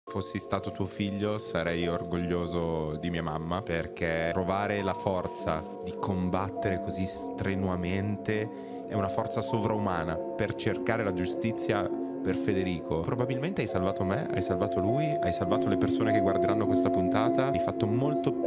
Fossi stato tuo figlio sarei orgoglioso di mia mamma, perché trovare la forza di combattere così strenuamente è una forza sovraumana per cercare la giustizia per Federico. Probabilmente hai salvato me, hai salvato lui, hai salvato le persone che guarderanno questa puntata, hai fatto molto